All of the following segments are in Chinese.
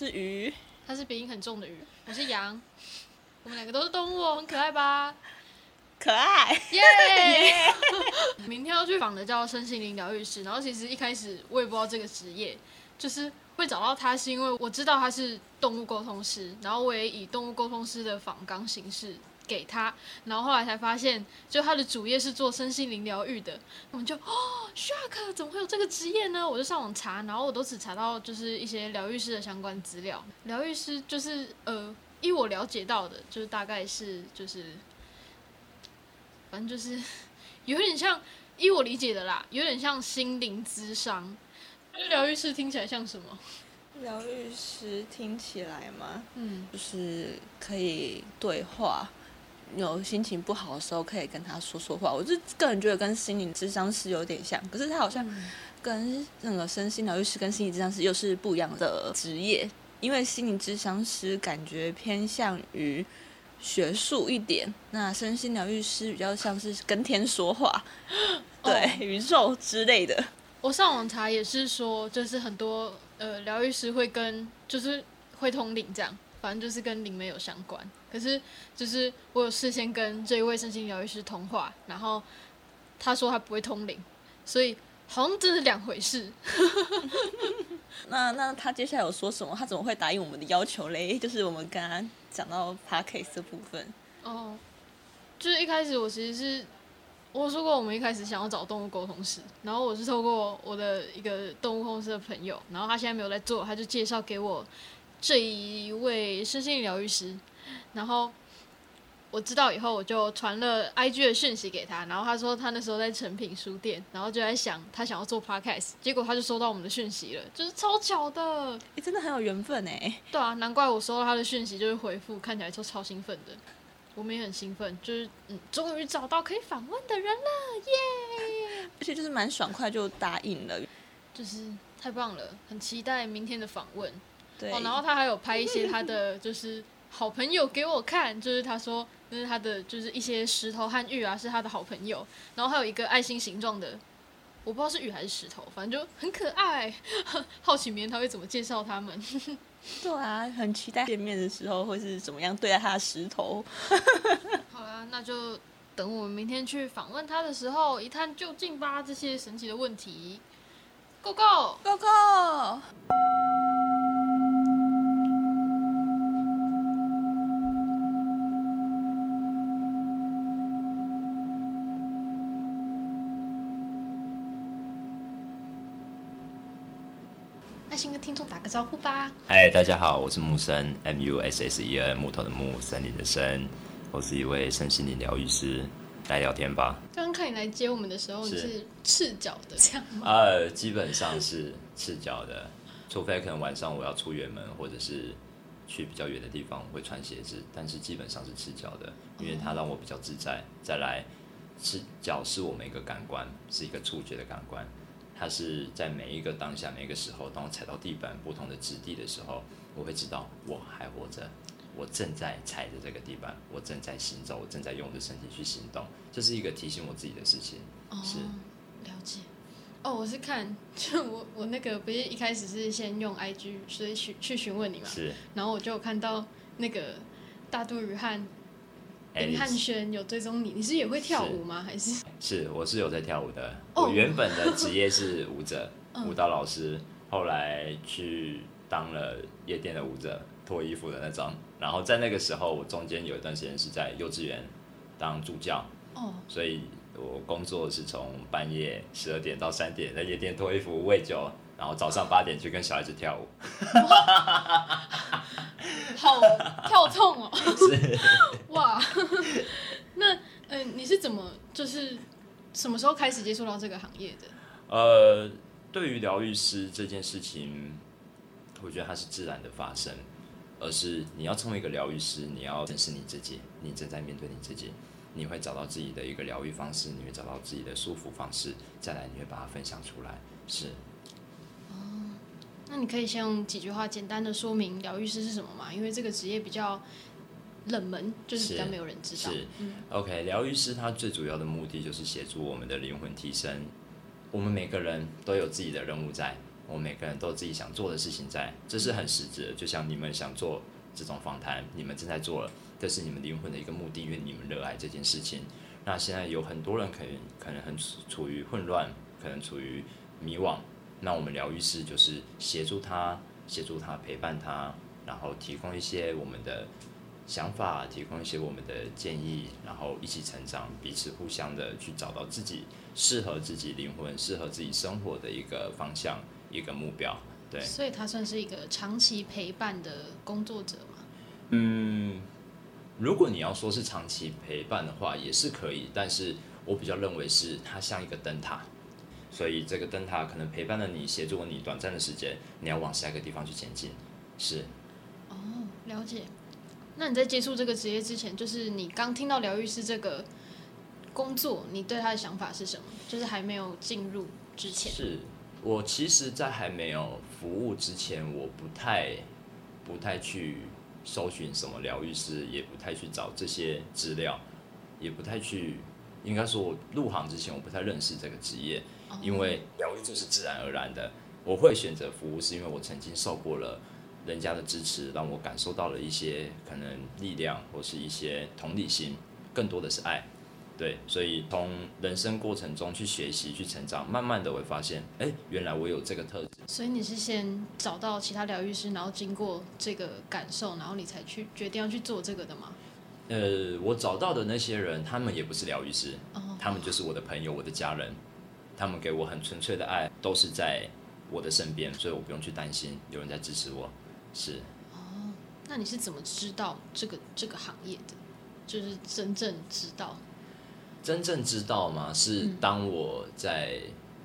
是鱼， 它是鼻音很重的鱼，我是羊，我们两个都是动物哦，很可爱吧？ 可爱， 耶、明天要去访的叫身心灵疗愈师，然后其实一开始我也不知道这个职业，就是会找到他是因为我知道他是动物沟通师，然后我也以动物沟通师的访纲形式给他，然后后来才发现，就他的主业是做身心灵疗愈的，我们就shock， 怎么会有这个职业呢？我就上网查，然后我都只查到就是一些疗愈师的相关资料。疗愈师就是依我了解到的，就是大概是就是反正就是有点像，依我理解的啦，有点像心灵咨商。疗愈师听起来像什么？ 疗愈师听起来嘛，就是可以对话，有心情不好的时候可以跟他说说话。我就个人觉得跟心理咨商师有点像，可是他好像跟那个身心疗愈师跟心理咨商师又是不一样的职业，因为心理咨商师感觉偏向于学术一点，那身心疗愈师比较像是跟天说话，对，宇宙之类的。 我上网查也是说，就是很多疗愈师会跟就是会通灵这样，反正就是跟灵媒有相关。可是就是我有事先跟这一位身心疗愈师通话，然后他说他不会通灵，所以好像真是两回事。 那他接下来有说什么？他怎么会答应我们的要求嘞？就是我们刚刚讲到 podcast 的部分。 就是一开始我其实是我有说过，我们一开始想要找动物沟通师，然后我是透过我的一个动物沟通师的朋友，然后他现在没有在做，他就介绍给我这一位身心灵疗愈师，然后我知道以后，我就传了 IG 的讯息给他，然后他说他那时候在诚品书店，然后就在想他想要做 podcast， 结果他就收到我们的讯息了，就是超巧的。 真的很有缘分哎。 对啊，难怪我收到他的讯息就是回复，看起来就超兴奋的。我们也很兴奋，就是终于找到可以访问的人了，耶！ 而且就是蛮爽快就答应了， 就是太棒了，很期待明天的访问。 对， 然后他还有拍一些他的就是好朋友给我看，就是他说那是他的就是一些石头和玉啊是他的好朋友，然后还有一个爱心形状的，我不知道是玉还是石头，反正就很可爱。好奇明天他会怎么介绍他们。 对啊，很期待见面的时候会是怎么样对待他的石头。 好啦，那就等我们明天去访问他的时候一探究竟吧，这些神奇的问题。Go go go go！ 那先跟听众打个招呼吧。 嗨，大家好，我是木生 ，MUSSEN， 木头的木，森林的森，我是一位身心灵疗愈师，来聊天吧。 刚刚看你来接我们的时候，你是赤脚的，这样吗？ 基本上是赤脚的，除非可能晚上我要出远门，或者是去比较远的地方会穿鞋子，但是基本上是赤脚的，因为它让我比较自在。再来，赤脚是我们一个感官，是一个触觉的感官。它是在每一个当下、每一个时候，当我踩到地板不同的质地的时候，我会知道我还活着，我正在踩着这个地板，我正在行走，我正在用我的身体去行动，这是一个提醒我自己的事情。是了解。我是看，就我那个不是一开始是先用 IG 所以去询问你嘛， 是， 然后我就看到那个大肚鱼和林汉轩有追踪你，你是也会跳舞吗？还是？ 是，我是有在跳舞的。我原本的职业是舞者，舞蹈老师，后来去当了夜店的舞者，脱衣服的那种。然后在那个时候，我中间有一段时间是在幼稚园当助教，所以我工作是从半夜12点到3点在夜店脱衣服、喂酒，然后早上8点去跟小孩子跳舞。 好跳痛哦！ 是哇，那你是怎么就是什么时候开始接触到这个行业的？ 对于疗愈师这件事情，我觉得它是自然的发生，而是你要成为一个疗愈师，你要认识你自己，你正在面对你自己，你会找到自己的一个疗愈方式，你会找到自己的舒服方式，再来你会把它分享出来。是。 那你可以先用几句话简单的说明疗愈师是什么吗？因为这个职业比较冷门，就是比较没有人知道。 是，OK， 疗愈师他最主要的目的就是协助我们的灵魂提升。我们每个人都有自己的任务在， 我们每个人都有自己想做的事情在，这是很实质的。就像你们想做这种访谈，你们正在做了，这是你们灵魂的一个目的，因为你们热爱这件事情。那现在有很多人可能很处于混乱，可能处于迷惘，那我们疗愈师就是协助他，陪伴他，然后提供一些我们的想法，提供一些我们的建议，然后一起成长，彼此互相的去找到自己适合自己灵魂、适合自己生活的一个方向、一个目标。对， 所以他算是一个长期陪伴的工作者吗？ 如果你要说是长期陪伴的话，也是可以，但是我比较认为是它像一个灯塔，所以这个灯塔可能陪伴了你，协助了你短暂的时间，你要往下一个地方去前进。是。 哦，了解。那你在接触这个职业之前，就是你刚听到疗愈师这个工作，你对他的想法是什么？就是还没有进入之前。 是我其实，在还没有服务之前，我不太去搜寻什么疗愈师，也不太去找这些资料，也不太去，应该说我入行之前，我不太认识这个职业，因为疗愈就是自然而然的。我会选择服务，是因为我曾经受过了人家的支持，让我感受到了一些可能力量，或是一些同理心，更多的是爱。对，所以从人生过程中去学习、去成长，慢慢的会发现，原来我有这个特质。 所以你是先找到其他疗愈师，然后经过这个感受，然后你才去决定要去做这个的吗？ 我找到的那些人，他们也不是疗愈师，他们就是我的朋友、我的家人，他们给我很纯粹的爱，都是在我的身边，所以我不用去担心有人在支持我。是。 那你是怎么知道这个行业的？就是真正知道。 真正知道吗？是当我在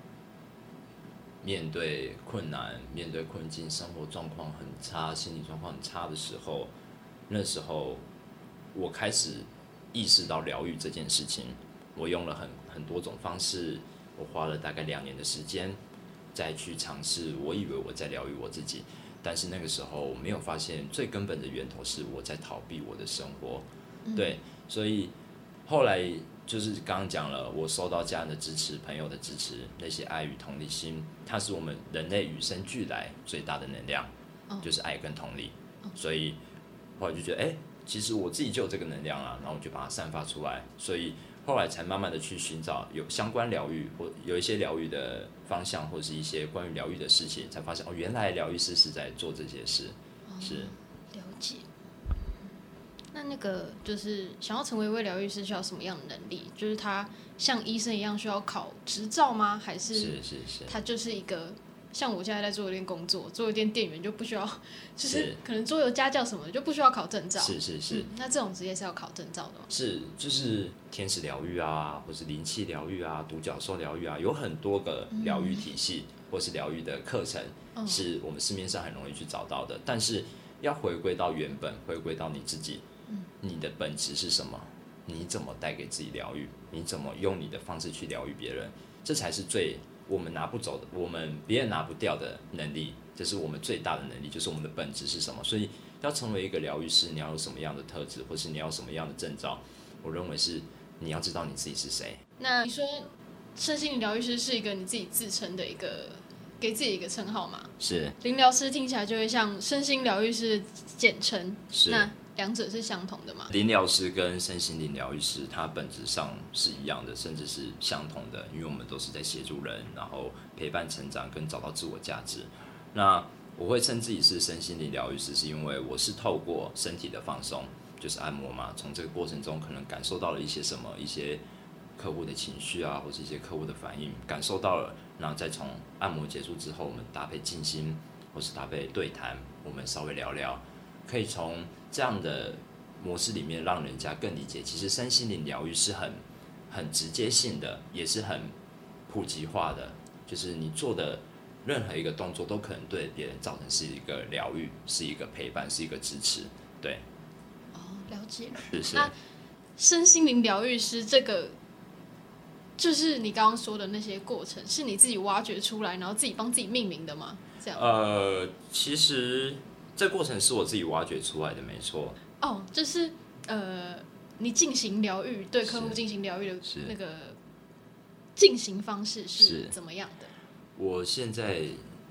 面对困难、面对困境、生活状况很差、心理状况很差的时候，那时候我开始意识到疗愈这件事情。我用了很多种方式，我花了大概2年的时间再去尝试。我以为我在疗愈我自己，但是那个时候我没有发现最根本的源头是我在逃避我的生活。对，所以后来就是刚刚讲了，我收到家人的支持、朋友的支持，那些爱与同理心，它是我们人类与生俱来最大的能量，就是爱跟同理。所以后来就觉得，其实我自己就有这个能量啊，然后我就把它散发出来。所以后来才慢慢的去寻找有相关疗愈，或有一些疗愈的方向，或是一些关于疗愈的事情，才发现原来疗愈师是在做这些事。是。 了解。那个就是想要成为一位疗愈师，需要什么样的能力？就是他像医生一样需要考执照吗？还是他就是一个像我现在在做一点工作，做一点店员就不需要，就是可能桌游家教什么的就不需要考证照。是。那这种职业是要考证照的吗？ 是，就是天使疗愈啊，或是灵气疗愈啊，独角兽疗愈啊，有很多个疗愈体系，或是疗愈的课程，是我们市面上很容易去找到的。但是要回归到原本，回归到你自己。你的本质是什么？你怎么带给自己疗愈？你怎么用你的方式去疗愈别人？这才是我们拿不走的，我们别人拿不掉的能力。这是我们最大的能力，就是我们的本质是什么。所以要成为一个疗愈师，你要有什么样的特质，或是你要有什么样的证照？我认为是你要知道你自己是谁。 那你说身心灵疗愈师是一个你自己自称的一个给自己一个称号吗？ 是。 灵疗师听起来就会像身心疗愈师的简称。 是。 那两者是相同的吗？ 灵疗师跟身心灵疗愈师，它本质上是一样的，甚至是相同的，因为我们都是在协助人，然后陪伴成长跟找到自我价值。那我会称自己是身心灵疗愈师，是因为我是透过身体的放松，就是按摩嘛，从这个过程中可能感受到了一些什么，一些客户的情绪啊，或是一些客户的反应，感受到了，然后再从按摩结束之后，我们搭配静心，或是搭配对谈，我们稍微聊聊，可以从这样的模式里面让人家更理解，其实身心灵疗愈是很直接性的，也是很普及化的，就是你做的任何一个动作都可能对别人造成是一个疗愈，是一个陪伴，是一个支持。对。 了解。 是。 那身心灵疗愈师这个，就是你刚刚说的那些过程，是你自己挖掘出来，然后自己帮自己命名的吗？这样。 其实这过程是我自己挖掘出来的，没错。 就是你进行疗愈，对客户进行疗愈的那个进行方式是怎么样的？ 我现在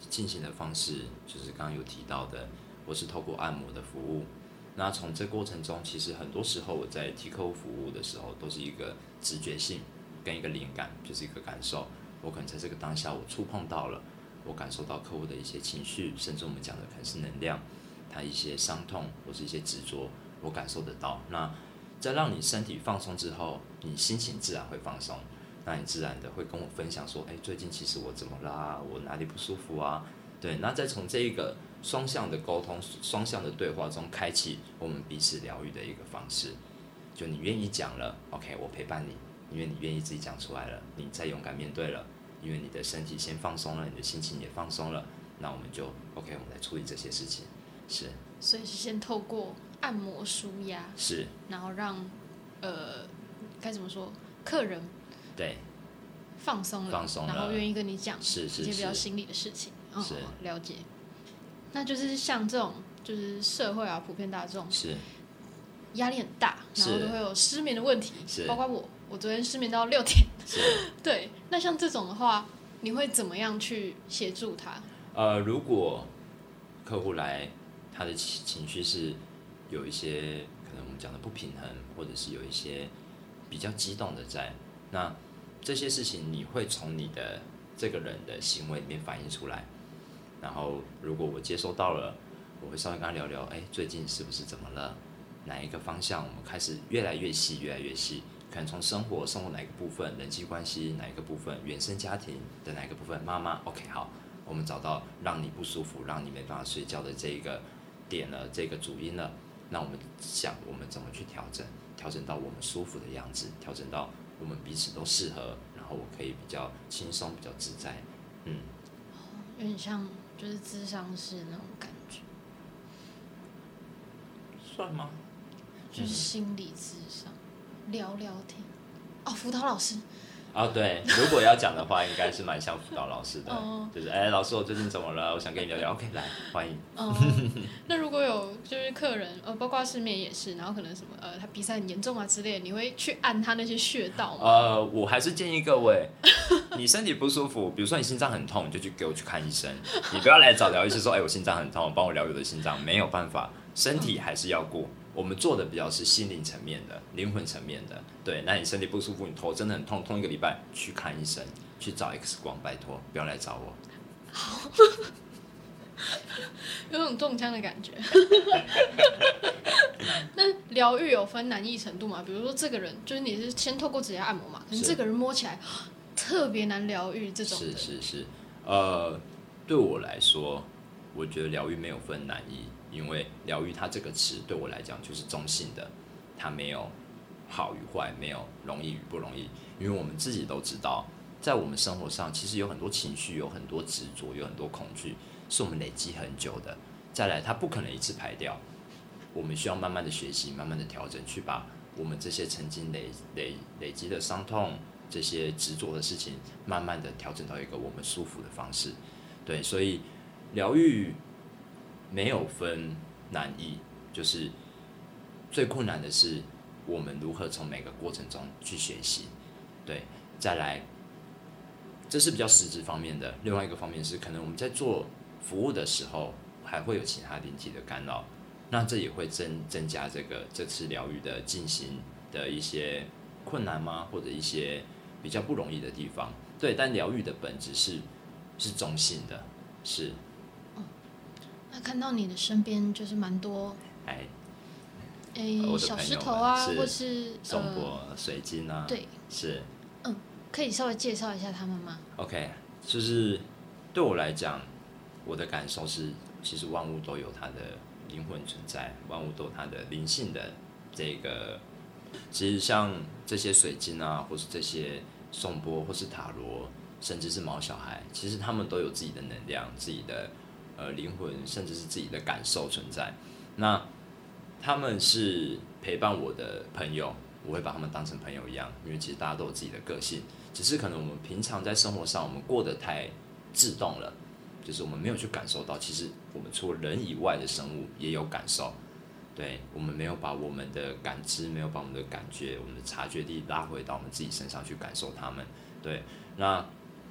进行的方式就是刚刚有提到的，我是透过按摩的服务。那从这过程中，其实很多时候我在替客户服务的时候，都是一个直觉性跟一个灵感，就是一个感受。我可能在这个当下，我触碰到了，我感受到客户的一些情绪，甚至我们讲的可能是能量，他一些伤痛或是一些执着，我感受得到。那在让你身体放松之后，你心情自然会放松。那你自然的会跟我分享说，最近其实我怎么啦？我哪里不舒服啊？对，那再从这一个双向的沟通、双向的对话中，开启我们彼此疗愈的一个方式。就你愿意讲了 ，OK， 我陪伴你，因为你愿意自己讲出来了，你再勇敢面对了，因为你的身体先放松了，你的心情也放松了，那我们就 OK， 我们来处理这些事情。是， 所以是先透过按摩舒压， 是， 然后让该怎么说，客人对放松了，然后愿意跟你讲一些比较心理的事情。 是， 了解。那就是像这种，就是社会普遍大众是压力很大，然后都会有失眠的问题，包括我昨天失眠到6点。对，那像这种的话，你会怎么样去协助他？ 如果客户来，他的情绪是有一些可能我们讲的不平衡，或者是有一些比较激动的在，那这些事情你会从你的这个人的行为里面反映出来。然后如果我接收到了，我会稍微跟他聊聊，最近是不是怎么了？哪一个方向我们开始越来越细，越来越细，可能从生活哪一个部分，人际关系哪一个部分，原生家庭的哪一个部分，妈妈 OK 好，我们找到让你不舒服，让你没办法睡觉的这个点了，这个主因了，那我们想我们怎么去调整，调整到我们舒服的样子，调整到我们彼此都适合，然后我可以比较轻松，比较自在。 有点像就是諮商師那种感觉， 算吗？ 就是心理諮商，聊聊天。輔導老師。 对，如果要讲的话，应该是蛮像辅导老师的，就是老师我最近怎么了？我想跟你聊聊 ，OK， 来欢迎。 那如果有就是客人，包括失眠也是，然后可能什么他鼻塞很严重之类的，你会去按他那些穴道吗？ 我还是建议各位，你身体不舒服，比如说你心脏很痛，你就给我去看医生，你不要来找疗愈师说，我心脏很痛，帮我疗愈我的心脏，没有办法，身体还是要顾。我们做的比较是心灵层面的、灵魂层面的。对，那你身体不舒服，你头真的很痛，痛1个礼拜，去看医生，去找 X 光，拜托，不要来找我。 好，有种中枪的感觉。那疗愈有分难易程度吗？比如说这个人，就是你是先透过指甲按摩嘛，可是这个人摸起来特别难疗愈这种的。 是，对我来说，我觉得疗愈没有分难易。因为疗愈它这个词对我来讲就是中性的，它没有好与坏，没有容易与不容易。因为我们自己都知道，在我们生活上其实有很多情绪，有很多执着，有很多恐惧，是我们累积很久的。再来，它不可能一次排掉，我们需要慢慢的学习，慢慢的调整，去把我们这些曾经累积的伤痛，这些执着的事情，慢慢的调整到一个我们舒服的方式。对，所以疗愈没有分难易，就是最困难的是我们如何从每个过程中去学习。对，再来，这是比较实质方面的。另外一个方面是，可能我们在做服务的时候，还会有其他灵体的干扰，那这也会增加这次疗愈的进行的一些困难吗？或者一些比较不容易的地方。对，但疗愈的本质是中性的，是。 那看到你的身边就是蛮多，小石头啊，或是松柏、水晶啊， 对， 是， 可以稍微介绍一下他们吗 ？OK， 就是对我来讲，我的感受是，其实万物都有它的灵魂存在，万物都有它的灵性的这个。其实像这些水晶啊，或是这些颂钵，或是塔罗，甚至是毛小孩，其实他们都有自己的能量，自己的灵魂，甚至是自己的感受存在。那他们是陪伴我的朋友，我会把他们当成朋友一样，因为其实大家都有自己的个性，只是可能我们平常在生活上我们过得太自动了，就是我们没有去感受到，其实我们除了人以外的生物也有感受。对，我们没有把我们的感知，没有把我们的感觉，我们的察觉力拉回到我们自己身上去感受他们。对，那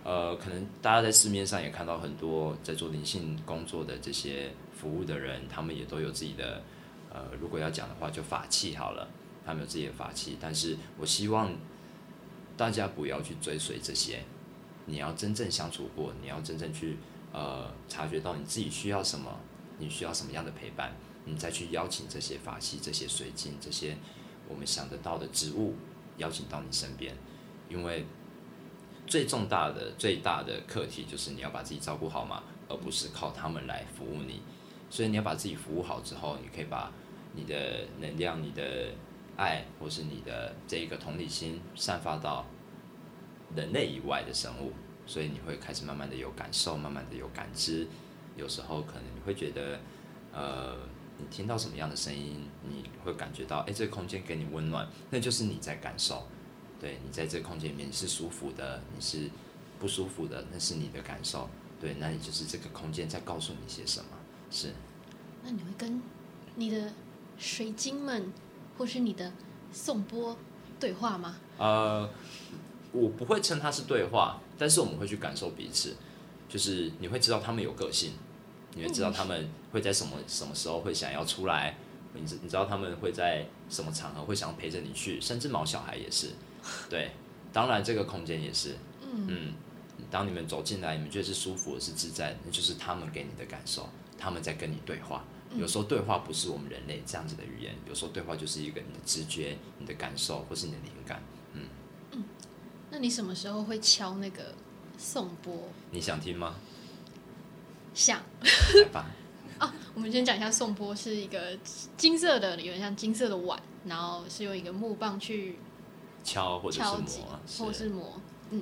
可能大家在市面上也看到很多在做灵性工作的这些服务的人，他们也都有自己的如果要讲的话，就法器好了，他们有自己的法器。但是我希望大家不要去追随这些，你要真正相处过，你要真正去察觉到你自己需要什么，你需要什么样的陪伴，你再去邀请这些法器、这些水晶、这些我们想得到的植物，邀请到你身边，因为最大的课题就是你要把自己照顾好嘛，而不是靠他们来服务你。所以你要把自己服务好之后，你可以把你的能量、你的爱，或是你的这一个同理心散发到人类以外的生物，所以你会开始慢慢的有感受，慢慢的有感知。有时候可能你会觉得，你听到什么样的声音，你会感觉到，这个空间给你温暖，那就是你在感受。对，你在这个空间里面，你是舒服的，你是不舒服的，那是你的感受。对，那你就是这个空间在告诉你些什么。是。 那你会跟你的水晶们，或是你的颂钵对话吗？ 我不会称它是对话，但是我们会去感受彼此，就是你会知道他们有个性，你会知道他们会在什么时候会想要出来，你知道他们会在什么场合会想陪着你去，甚至毛小孩也是。对，当然这个空间也是，当你们走进来，你们觉得是舒服的，是自在的，那就是他们给你的感受，他们在跟你对话。有时候对话不是我们人类这样子的语言，有时候对话就是一个你的直觉、你的感受，或是你的灵感。 那你什么时候会敲那个颂钵？ 你想听吗？ 想。 来吧。 我们先讲一下颂钵是一个金色的，有点像金色的碗，然后是用一个木棒去敲或者是磨， 或是磨，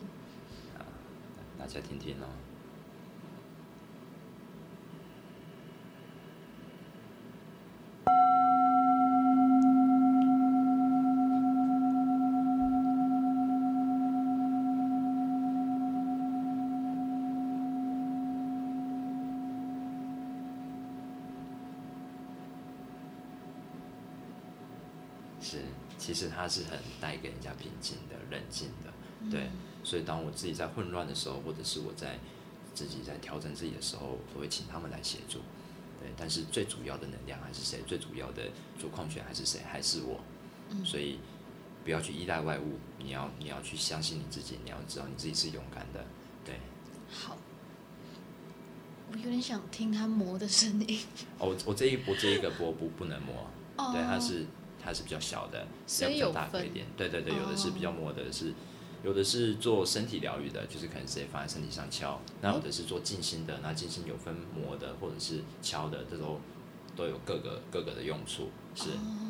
大家听听哦。是，其实它是很带给人家平静的、冷静的，对。所以当我自己在混乱的时候，或者是我在自己在调整自己的时候，我会请他们来协助，对。但是最主要的能量还是谁？最主要的主控权还是谁？还是我。所以不要去依赖外物，你要去相信你自己，你要知道你自己是勇敢的，对。 好，我有点想听他磨的声音。 我这一个钵不能磨，对，它是比较小的，比较大颗一点。对，有的是比较磨的是，有的是做身体疗愈的，就是可能直接放在身体上敲。那有的是做静心的，那静心有分磨的或者是敲的，这都有各个的用处。是。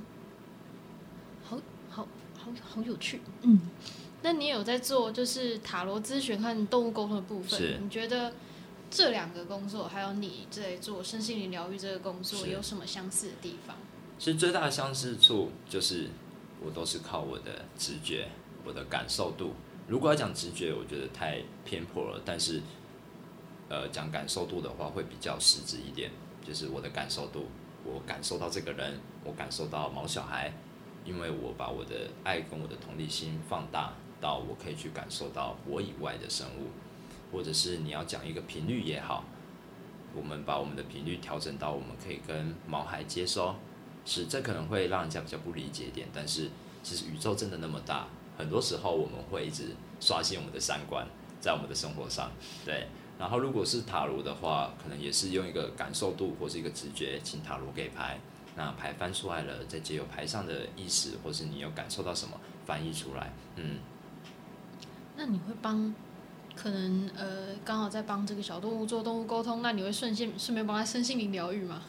好有趣。那你有在做就是塔罗咨询和动物沟通的部分？你觉得这两个工作，还有你在做身心灵疗愈这个工作，有什么相似的地方？ 其实最大的相似处就是我都是靠我的直觉，我的感受度。如果要讲直觉，我觉得太偏颇了，但是讲感受度的话会比较实质一点，就是我的感受度，我感受到这个人，我感受到毛小孩，因为我把我的爱跟我的同理心放大到我可以去感受到我以外的生物，或者是你要讲一个频率也好，我们把我们的频率调整到我们可以跟毛孩接收。是，这可能会让人家比较不理解一点，但是其实宇宙真的那么大，很多时候我们会一直刷新我们的三观，在我们的生活上，对。然后如果是塔罗的话，可能也是用一个感受度或是一个直觉，请塔罗给牌，那牌翻出来了，再借由牌上的意思，或是你有感受到什么，翻译出来。 那你会帮，可能刚好在帮这个小动物做动物沟通，那你会顺便帮他身心灵疗愈吗？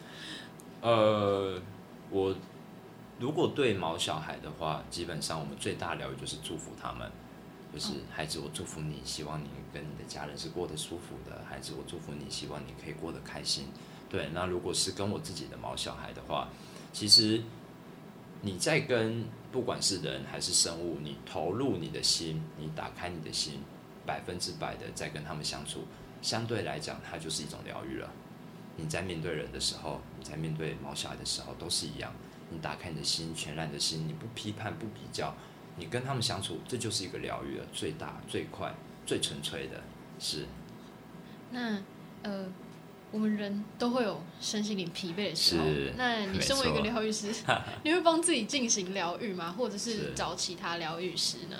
我如果对毛小孩的话，基本上我们最大的疗愈就是祝福他们，就是孩子，我祝福你，希望你跟你的家人是过得舒服的。孩子，我祝福你，希望你可以过得开心。对，那如果是跟我自己的毛小孩的话，其实你在跟不管是人还是生物，你投入你的心，你打开你的心，100%的在跟他们相处，相对来讲，它就是一种疗愈了。你在面对人的时候，你在面对毛小孩的时候，都是一样。你打开你的心，全然的心，你不批判不比较，你跟他们相处，这就是一个疗愈了，最大最快最纯粹的。 是。 那我们人都会有身心灵疲惫的时候， 是。 那你身为一个疗愈师，你会帮自己进行疗愈吗？或者是找其他疗愈师呢？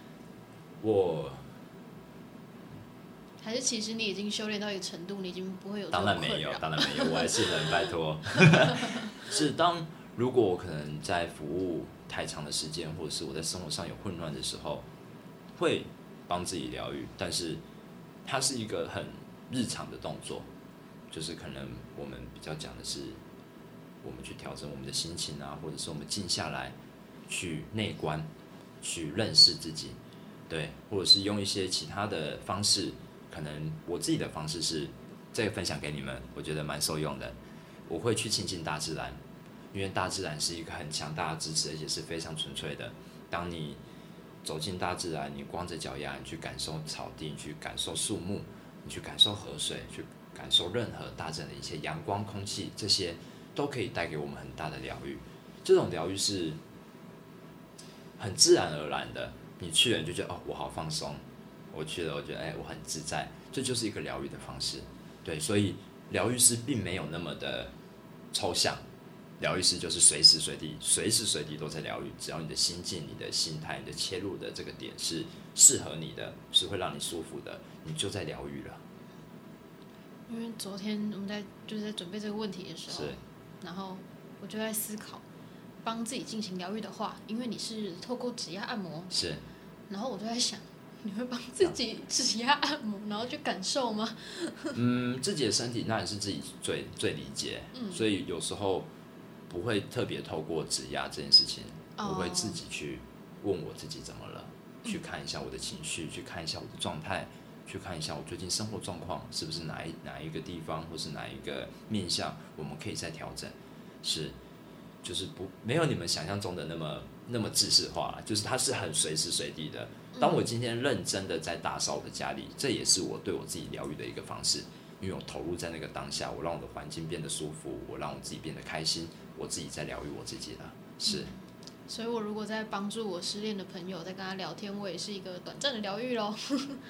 还是其实你已经修炼到一个程度，你已经不会有这种困扰？ 当然没有，我还是能拜托。是如果我可能在服务太长的时间，或者是我在生活上有混乱的时候，会帮自己疗愈，但是它是一个很日常的动作，就是可能我们比较讲的是，我们去调整我们的心情啊，或者是我们静下来去内观，去认识自己，对，或者是用一些其他的方式。可能我自己的方式是，这个分享给你们，我觉得蛮受用的。我会去亲近大自然，因为大自然是一个很强大的支持，而且是非常纯粹的。当你走进大自然，你光着脚丫，你去感受草地，你去感受树木，你去感受河水，去感受任何大自然的一切阳光、空气，这些都可以带给我们很大的疗愈。这种疗愈是很自然而然的，你去了你就觉得哦，我好放松。我去了，我觉得我很自在，这就是一个疗愈的方式。对，所以疗愈师并没有那么的抽象，疗愈师就是随时随地都在疗愈，只要你的心境、你的心态、你的切入的这个点是适合你的，是会让你舒服的，你就在疗愈了。 因为昨天我们在准备这个问题的时候，然后我就在思考，帮自己进行疗愈的话，因为你是透过指压按摩， 是， 然后我就在想。你会帮自己指压按摩，然后去感受吗？ 自己的身体那也是自己最理解，所以有时候不会特别透过指压这件事情，我会自己去问我自己怎么了，去看一下我的情绪，去看一下我的状态，去看一下我最近生活状况是不是哪一个地方或是哪一个面向我们可以再调整，就是没有你们想象中的那么制式化，就是它是很随时随地的。当我今天认真的在打扫我的家里，这也是我对我自己疗愈的一个方式，因为我投入在那个当下，我让我的环境变得舒服，我让我自己变得开心，我自己在疗愈我自己了。是。 所以我如果在帮助我失恋的朋友，在跟他聊天，我也是一个短暂的疗愈咯。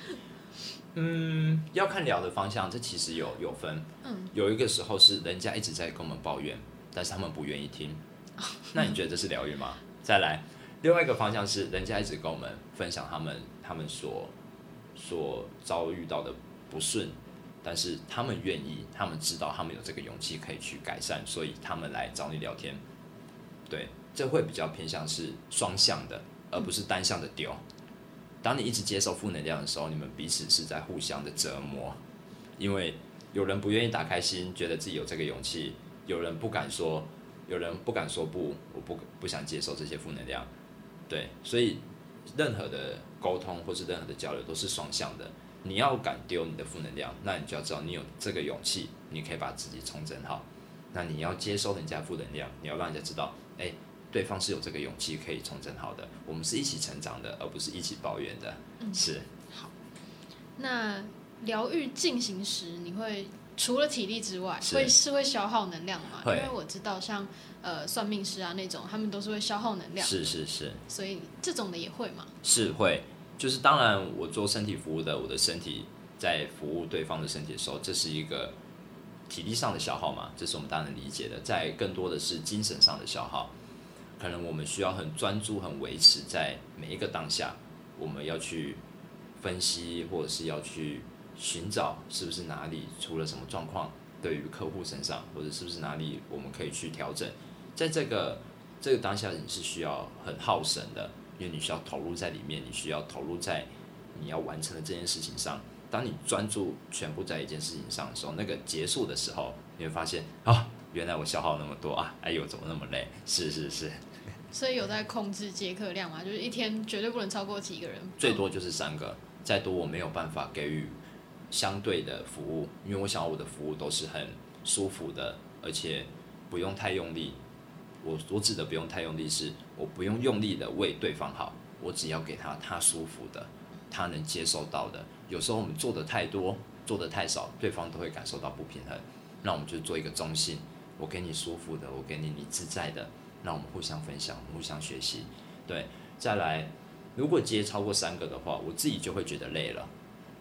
要看聊的方向，这其实有分。有一个时候是人家一直在跟我们抱怨，但是他们不愿意听，那你觉得这是疗愈吗？再来。另外一个方向是，人家一直跟我们分享他们所遭遇到的不顺，但是他们愿意，他们知道他们有这个勇气可以去改善，所以他们来找你聊天。对，这会比较偏向是双向的，而不是单向的丢。当你一直接受负能量的时候，你们彼此是在互相的折磨，因为有人不愿意打开心，觉得自己有这个勇气，有人不敢说不，我不想接受这些负能量。对，所以任何的沟通或是任何的交流都是双向的。你要敢丢你的负能量，那你就要知道你有这个勇气，你可以把自己重整好。那你要接收人家负能量，你要让人家知道，对方是有这个勇气可以重整好的。我们是一起成长的，而不是一起抱怨的。是。 好，那疗愈进行时，你会除了体力之外，会消耗能量吗？因为我知道像算命师啊那种，他们都是会消耗能量。 是。 所以这种的也会吗？ 是会，就是当然我做身体服务的，我的身体在服务对方的身体的时候，这是一个体力上的消耗嘛，这是我们当然理解的。再更多的是精神上的消耗，可能我们需要很专注、很维持在每一个当下，我们要去分析，或者是要去寻找是不是哪里出了什么状况，对于客户身上，或者是不是哪里我们可以去调整。在这个当下，你是需要很耗神的，因为你需要投入在里面，你需要投入在你要完成的这件事情上。当你专注全部在一件事情上的时候，那个结束的时候，你会发现原来我消耗那么多啊！哎呦，怎么那么累？是。 所以有在控制接客量嘛？就是一天绝对不能超过几个人， 最多就是3个，再多我没有办法给予相对的服务，因为我想要我的服务都是很舒服的，而且不用太用力。我指的不用太用力是，我不用用力的为对方好，我只要给他舒服的，他能接受到的。有时候我们做的太多，做的太少，对方都会感受到不平衡。那我们就做一个中性，我给你舒服的，我给你自在的，那我们互相分享，互相学习。对，再来，如果接超过3个的话，我自己就会觉得累了。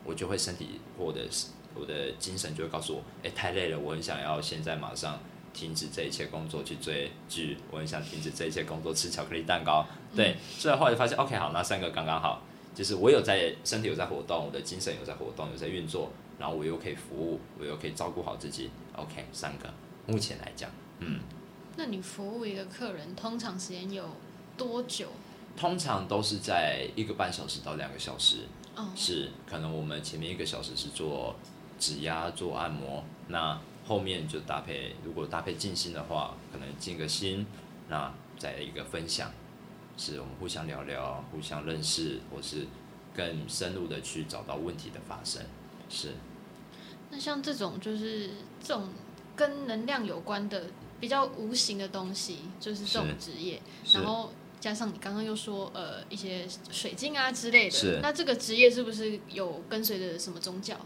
我就会身体或者我的精神就会告诉我，太累了，我很想要现在马上停止这一切工作去追剧，我很想停止这一切工作吃巧克力蛋糕。对，所以后来发现 OK 好，那3个刚刚好，就是我有在身体有在活动，我的精神有在活动，有在运作，然后我又可以服务，我又可以照顾好自己。OK， 3个目前来讲， 那你服务一个客人通常时间有多久？ 通常都是在1个半小时到2个小时。是可能我们前面1个小时是做指压做按摩，那后面就搭配，如果搭配静心的话，可能静个心，那再一个分享，是我们互相聊聊，互相认识，或是更深入的去找到问题的发生。是。 那像这种跟能量有关的比较无形的东西，就是这种职业，然后加上你刚刚又说一些水晶啊之类的，那这个职业是不是有跟随着什么宗教？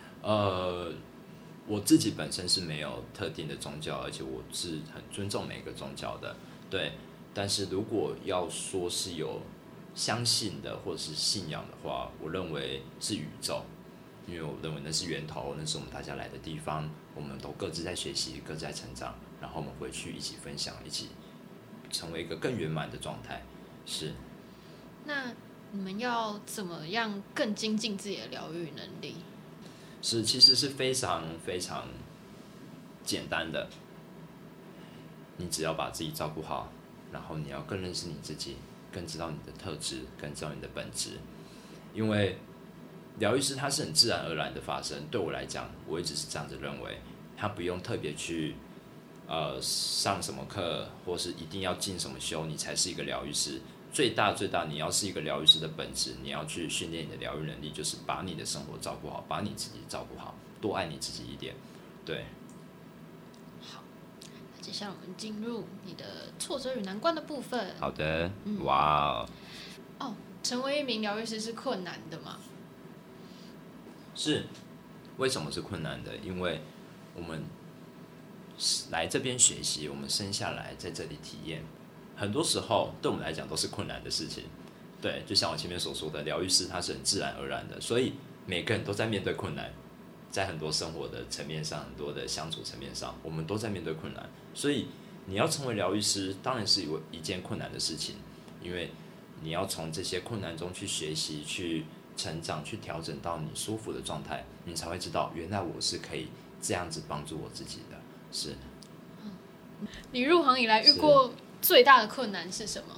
我自己本身是没有特定的宗教，而且我是很尊重每个宗教的，对。但是如果要说是有相信的或者是信仰的话，我认为是宇宙，因为我认为那是源头，那是我们大家来的地方，我们都各自在学习，各自在成长，然后我们回去一起分享，一起成为一个更圆满的状态。是。 那你们要怎么样更精进自己的疗愈能力？ 其实是非常非常简单的，你只要把自己照顾好，然后你要更认识你自己，更知道你的特质，更知道你的本质。因为疗愈师它是很自然而然的发生，对我来讲，我一直是这样子认为，他不用特别去上什么课，或是一定要进什么修，你才是一个疗愈师。最大，你要是一个疗愈师的本质，你要去训练你的疗愈能力，就是把你的生活照顾好，把你自己照顾好，多爱你自己一点。对。 好，那接下来我们进入你的挫折与难关的部分。 好的。哇哦。成为一名疗愈师是困难的吗？ 是。为什么是困难的？因为我们来这边学习，我们生下来在这里体验，很多时候对我们来讲都是困难的事情。对，就像我前面所说的，疗愈师它是很自然而然的，所以每个人都在面对困难，在很多生活的层面上，很多的相处层面上，我们都在面对困难。所以你要成为疗愈师，当然是一件困难的事情，因为你要从这些困难中去学习，去成长，去调整到你舒服的状态，你才会知道原来我是可以这样子帮助我自己的。是。 你入行以来遇过最大的困难是什么？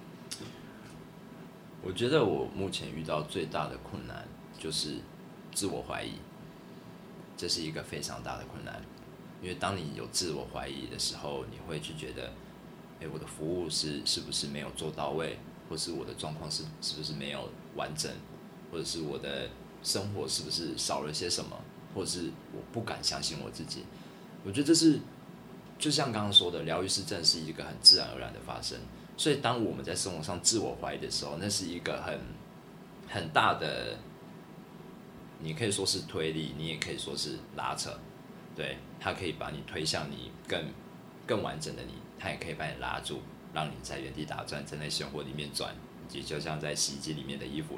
我觉得我目前遇到最大的困难就是自我怀疑，这是一个非常大的困难。因为当你有自我怀疑的时候，你会去觉得，我的服务是不是没有做到位，或是我的状况是不是没有完整，或者是我的生活是不是少了些什么，或者是我不敢相信我自己。我觉得这是就像刚刚说的，疗愈师真的是一个很自然而然的发生。所以当我们在生活上自我怀疑的时候，那是一个很大的，你可以说是推力，你也可以说是拉扯。对，它可以把你推向你更完整的你，它也可以把你拉住，让你在原地打转，在那漩涡里面转，就像在洗衣机里面的衣服，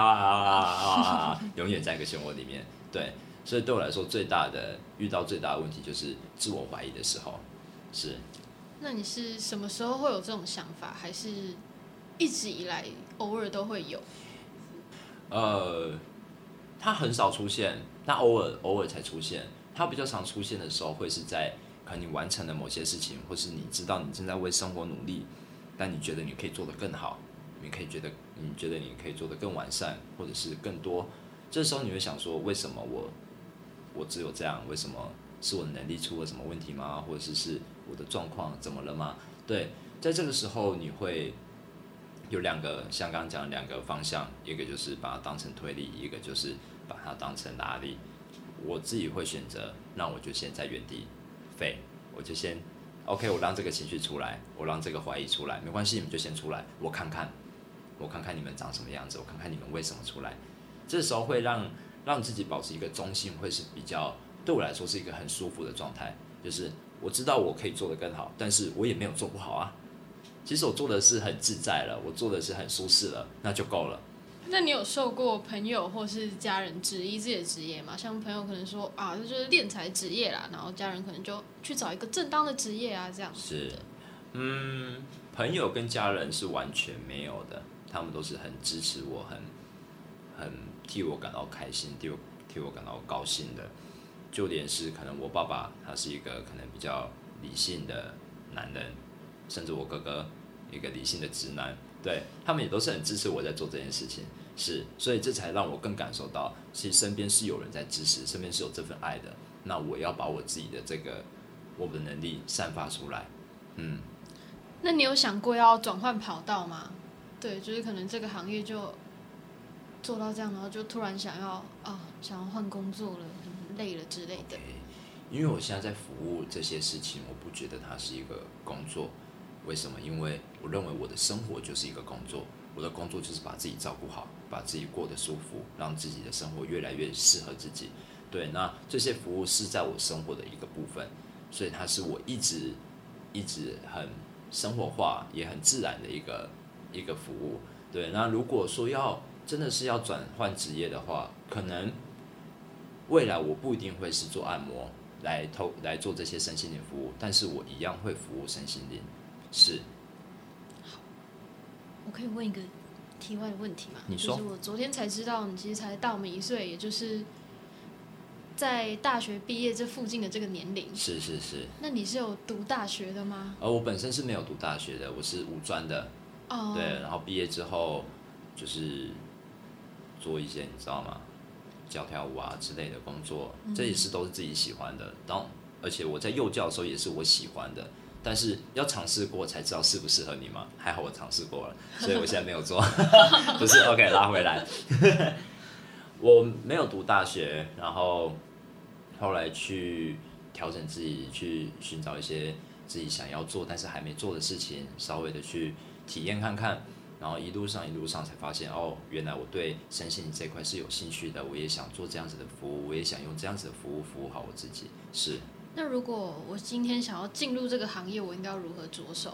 永远在一个漩涡里面。对，所以对我来说，遇到最大的问题就是自我怀疑的时候。是。 那你是什么时候会有这种想法，还是一直以来偶尔都会有？ 它很少出现，它偶尔才出现。它比较常出现的时候，会是在可能你完成了某些事情，或是你知道你正在为生活努力，但你觉得你可以做得更好，你觉得你可以做得更完善，或者是更多。这时候你会想说，为什么我只有这样？为什么是我的能力出了什么问题吗？或者是我的状况怎么了吗？对，在这个时候你会有像刚刚讲的2个方向，一个就是把它当成推力，一个就是把它当成拉力。我自己会选择，那我就先在原地废，我就先 OK， 我让这个情绪出来，我让这个怀疑出来，没关系，你们就先出来，我看看你们长什么样子，我看看你们为什么出来。这时候会让自己保持一个中性，会是比较对我来说是一个很舒服的状态，就是我知道我可以做得更好，但是我也没有做不好啊。其实我做的是很自在了，我做的是很舒适了，那就够了。 那你有受过朋友或是家人质疑自己的职业吗？像朋友可能说啊，这就是敛财职业啦，然后家人可能就去找一个正当的职业啊，这样子的。 是，朋友跟家人是完全没有的，他们都是很支持我，很替我感到开心，替我感到高兴的。就连是可能我爸爸，他是一个可能比较理性的男人，甚至我哥哥一个理性的直男，对他们也都是很支持我在做这件事情。是，所以这才让我更感受到，其实身边是有人在支持，身边是有这份爱的。那我要把我自己的我的能力散发出来。 那你有想过要转换跑道吗？对，就是可能这个行业就做到这样，然后就突然想要换工作了，很累了之类的。 因为我现在在服务这些事情，我不觉得它是一个工作。为什么？因为我认为我的生活就是一个工作，我的工作就是把自己照顾好，把自己过得舒服，让自己的生活越来越适合自己。对，那这些服务是在我生活的一个部分，所以它是我一直很生活化也很自然的一个服务。对，那如果说真的是要转换职业的话，可能未来我不一定会是做按摩来做这些身心灵服务，但是我一样会服务身心灵。是。 好，我可以问一个题外的问题吗？ 你说。 就是我昨天才知道，你其实才大我们1岁，也就是在大学毕业这附近的这个年龄。 是。 那你是有读大学的吗？ 我本身是没有读大学的，我是五专的。对，然后毕业之后就是做一些你知道吗，教跳舞啊之类的工作，这也是都是自己喜欢的。而且我在幼教的时候也是我喜欢的，但是要尝试过才知道适不适合你嘛。还好我尝试过了，所以我现在没有做。不是 OK， 拉回来。我没有读大学，然后后来去调整自己，去寻找一些自己想要做但是还没做的事情，稍微的去体验看看。然后一路上才发现，原来我对身心灵这一块是有兴趣的，我也想做这样子的服务，我也想用这样子的服务好我自己。是。 那如果我今天想要进入这个行业，我应该要如何着手？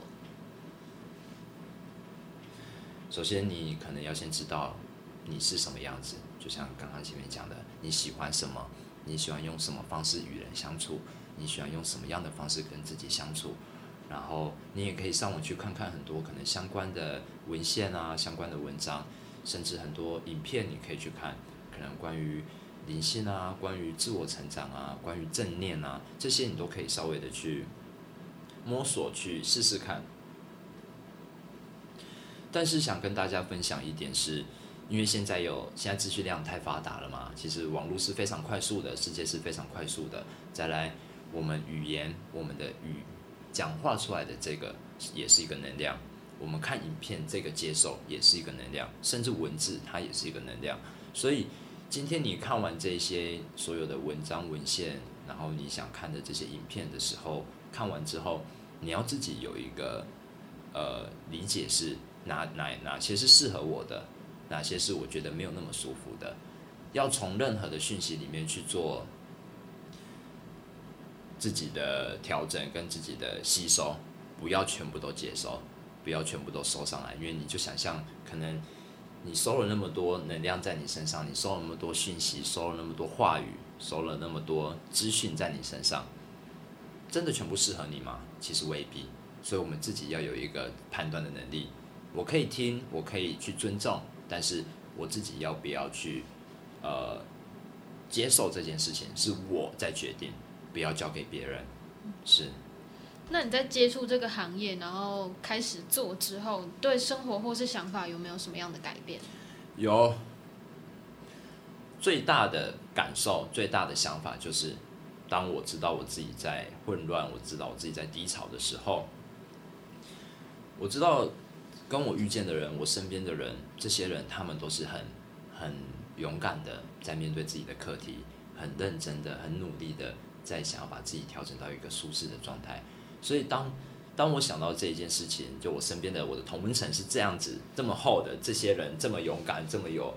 首先，你可能要先知道你是什么样子，就像刚刚前面讲的，你喜欢什么，你喜欢用什么方式与人相处，你喜欢用什么样的方式跟自己相处。然后你也可以上网去看看很多可能相关的文献啊，相关的文章，甚至很多影片你可以去看，可能关于灵性啊，关于自我成长啊，关于正念啊，这些你都可以稍微的去摸索，去试试看。但是想跟大家分享一点是，因为现在资讯量太发达了嘛，其实网络是非常快速的，世界是非常快速的。再来，我们语言，我们的讲话出来的这个也是一个能量，我们看影片这个接受也是一个能量，甚至文字它也是一个能量。所以今天你看完这些所有的文章文献，然后你想看的这些影片的时候，看完之后你要自己有一个理解，是哪些是适合我的，哪些是我觉得没有那么舒服的，要从任何的讯息里面去做自己的调整跟自己的吸收，不要全部都接收，不要全部都收上来。因为你就想象，可能你收了那么多能量在你身上，你收了那么多讯息，收了那么多话语，收了那么多资讯在你身上，真的全部适合你吗？其实未必。所以我们自己要有一个判断的能力，我可以听，我可以去尊重，但是我自己要不要去接受这件事情是我在决定，不要交给别人。是。 那你在接触这个行业，然后开始做之后，对生活或是想法有没有什么样的改变？ 有。最大的感受，最大的想法就是，当我知道我自己在混乱，我知道我自己在低潮的时候，我知道跟我遇见的人，我身边的人，这些人他们都是很勇敢的在面对自己的课题，很认真的、很努力的在想要把自己调整到一个舒适的状态。所以当我想到这一件事情，就我身边的我的同温层是这样子，这么厚的这些人，这么勇敢，这么有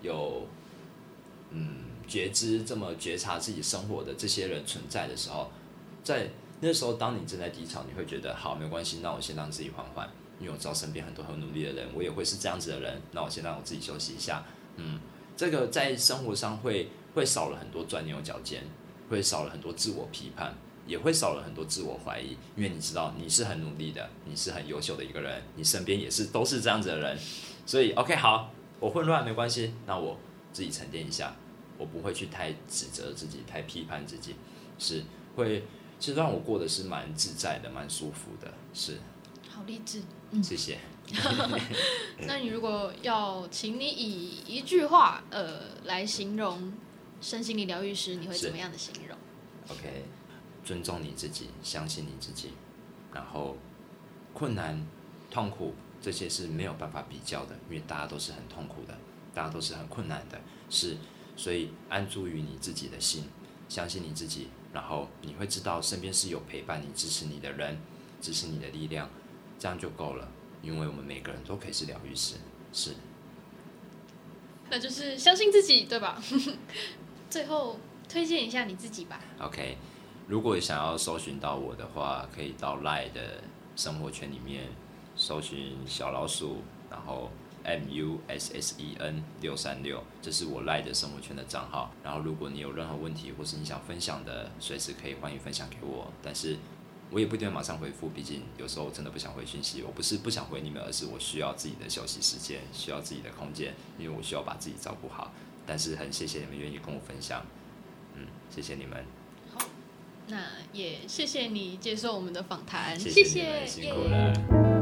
觉知，这么觉察自己生活的这些人存在的时候，在那时候当你正在低潮，你会觉得好没关系，那我先让自己缓缓。 因为我知道身边很多很努力的人，我也会是这样子的人，那我先让我自己休息一下。这个在生活上会少了很多钻牛角尖，会少了很多自我批判，也会少了很多自我怀疑，因为你知道你是很努力的，你是很优秀的一个人，你身边也是都是这样子的人，所以 OK 好，我混乱没关系，那我自己沉淀一下，我不会去太指责自己，太批判自己，其实让我过得是蛮自在的，蛮舒服的，是。 好励志， 谢谢。 那你如果要请你以一句话来形容身心灵疗愈师，你会怎么样的形容 ？OK， 尊重你自己，相信你自己，然后困难、痛苦这些是没有办法比较的，因为大家都是很痛苦的，大家都是很困难的，所以安住于你自己的心，相信你自己，然后你会知道身边是有陪伴你、支持你的人，支持你的力量，这样就够了。因为我们每个人都可以是疗愈师，是。 那就是相信自己，对吧？最后推荐一下你自己吧。 OK， 如果想要搜寻到我的话，可以到 LINE 的生活圈里面搜寻小老鼠，然后MUSSEN636，这是我 LINE 的生活圈的账号。然后如果你有任何问题或是你想分享的，随时可以欢迎分享给我。但是我也不一定马上回复，毕竟有时候真的不想回讯息。我不是不想回你们，而是我需要自己的休息时间，需要自己的空间，因为我需要把自己照顾好。但是很谢谢你们愿意跟我分享，谢谢你们。 好，那也谢谢你接受我们的访谈， 谢谢谢，辛苦了。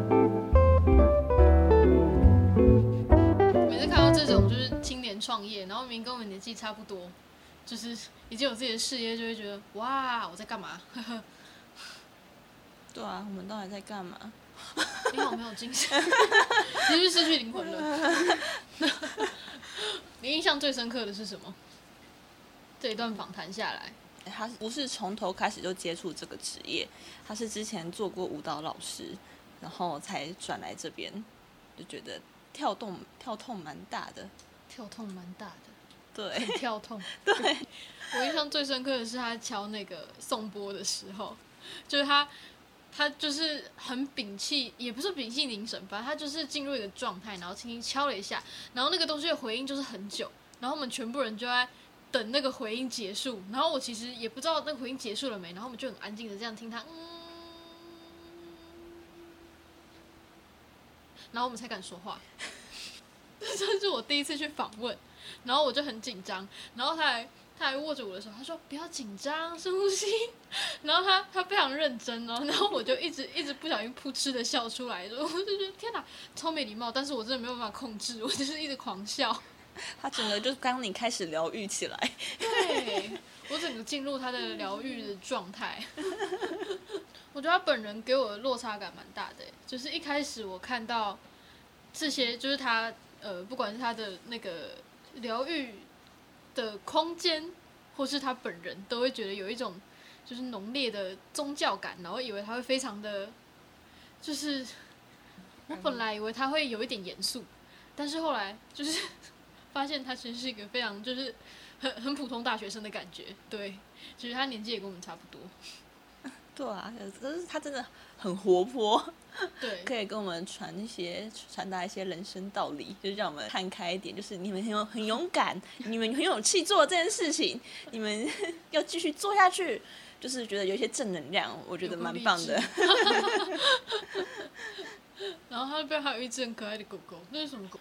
每次看到这种就是青年创业，然后明明跟我们年纪差不多，就是已经有自己的事业，就会觉得哇，我在干嘛？ 对啊，我们到底在干嘛？ 你好没有精神，你是不是失去灵魂了？你印象最深刻的是什么？这一段访谈下来， 他不是从头开始就接触这个职业，他是之前做过舞蹈老师，然后才转来这边，就觉得跳痛蛮大的。 跳痛蛮大的， 对， 很跳痛。 对， 我印象最深刻的是他敲那个颂钵的时候，就是他就是很屏气，也不是屏气凝神，反正他就是进入一个状态，然后轻轻敲了一下，然后那个东西的回音就是很久，然后我们全部人就在等那个回音结束，然后我其实也不知道那个回音结束了没，然后我们就很安静的这样听他，然后我们才敢说话。这是我第一次去访问，然后我就很紧张，然后他还握着我的手，他说不要紧张，深呼吸。然后他非常认真哦，然后我就一直不小心噗嗤的笑出来，我就觉得天哪，超没礼貌，但是我真的没有办法控制，我就是一直狂笑。 他整个就是刚你开始疗愈起来， 对，我整个进入他的疗愈的状态。我觉得他本人给我的落差感蛮大的，就是一开始我看到这些，就是他不管是他的那个疗愈的空间，或是他本人，都会觉得有一种就是浓烈的宗教感，然后以为他会非常的，就是我本来以为他会有一点严肃，但是后来就是发现他其实是一个非常就是很普通大学生的感觉，对，其实他年纪也跟我们差不多。 对啊，可是他真的很活泼， 对， 可以跟我们传达一些人生道理，就是让我们看开一点，就是你们很勇敢，你们很有气做这件事情，你们要继续做下去，就是觉得有一些正能量，我觉得蛮棒的。 然后他那边还有一只很可爱的狗狗，那是什么狗？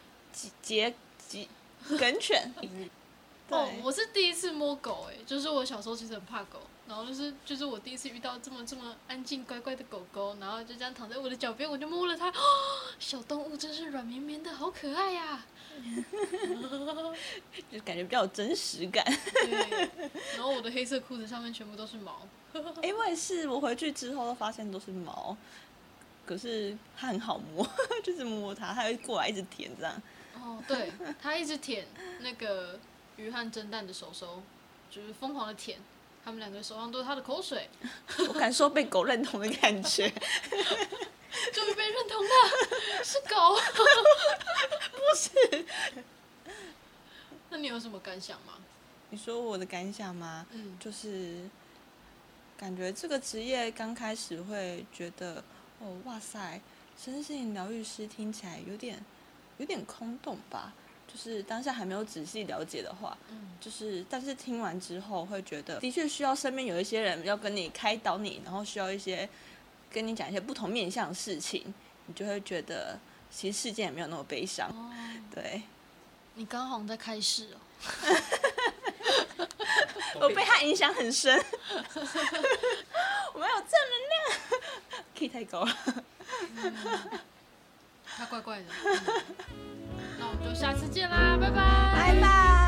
梗犬。 哦，我是第一次摸狗，就是我小时候其实很怕狗，然后就是我第一次遇到这么安静乖乖的狗狗，然后就这样躺在我的脚边，我就摸了它，小动物真是软绵绵的，好可爱呀、 就感觉比较有真实感。 对，然后我的黑色裤子上面全部都是毛。 因为是我回去之后都发现都是毛，可是它很好摸，就是摸它，它会过来一直舔这样。 哦，对，它一直舔那个鱼和蒸蛋的手，就是疯狂的舔，他们两个手上都是他的口水。 我感受被狗认同的感觉。 终于被认同了，是狗， 不是。 那你有什么感想吗？ 你说我的感想吗？就是感觉这个职业刚开始会觉得，哦，哇塞， 身心灵疗愈师听起来有点空洞吧，就是当下还没有仔细了解的话，就是但是听完之后会觉得，的确需要身边有一些人要跟你开导你，然后需要一些跟你讲一些不同面向的事情，你就会觉得其实世界也没有那么悲伤。对， 你刚好在开示哦。 我被他影响很深。我们有正能量，key 太高了。 他怪怪的。那我们就下次见啦，拜拜。 拜拜。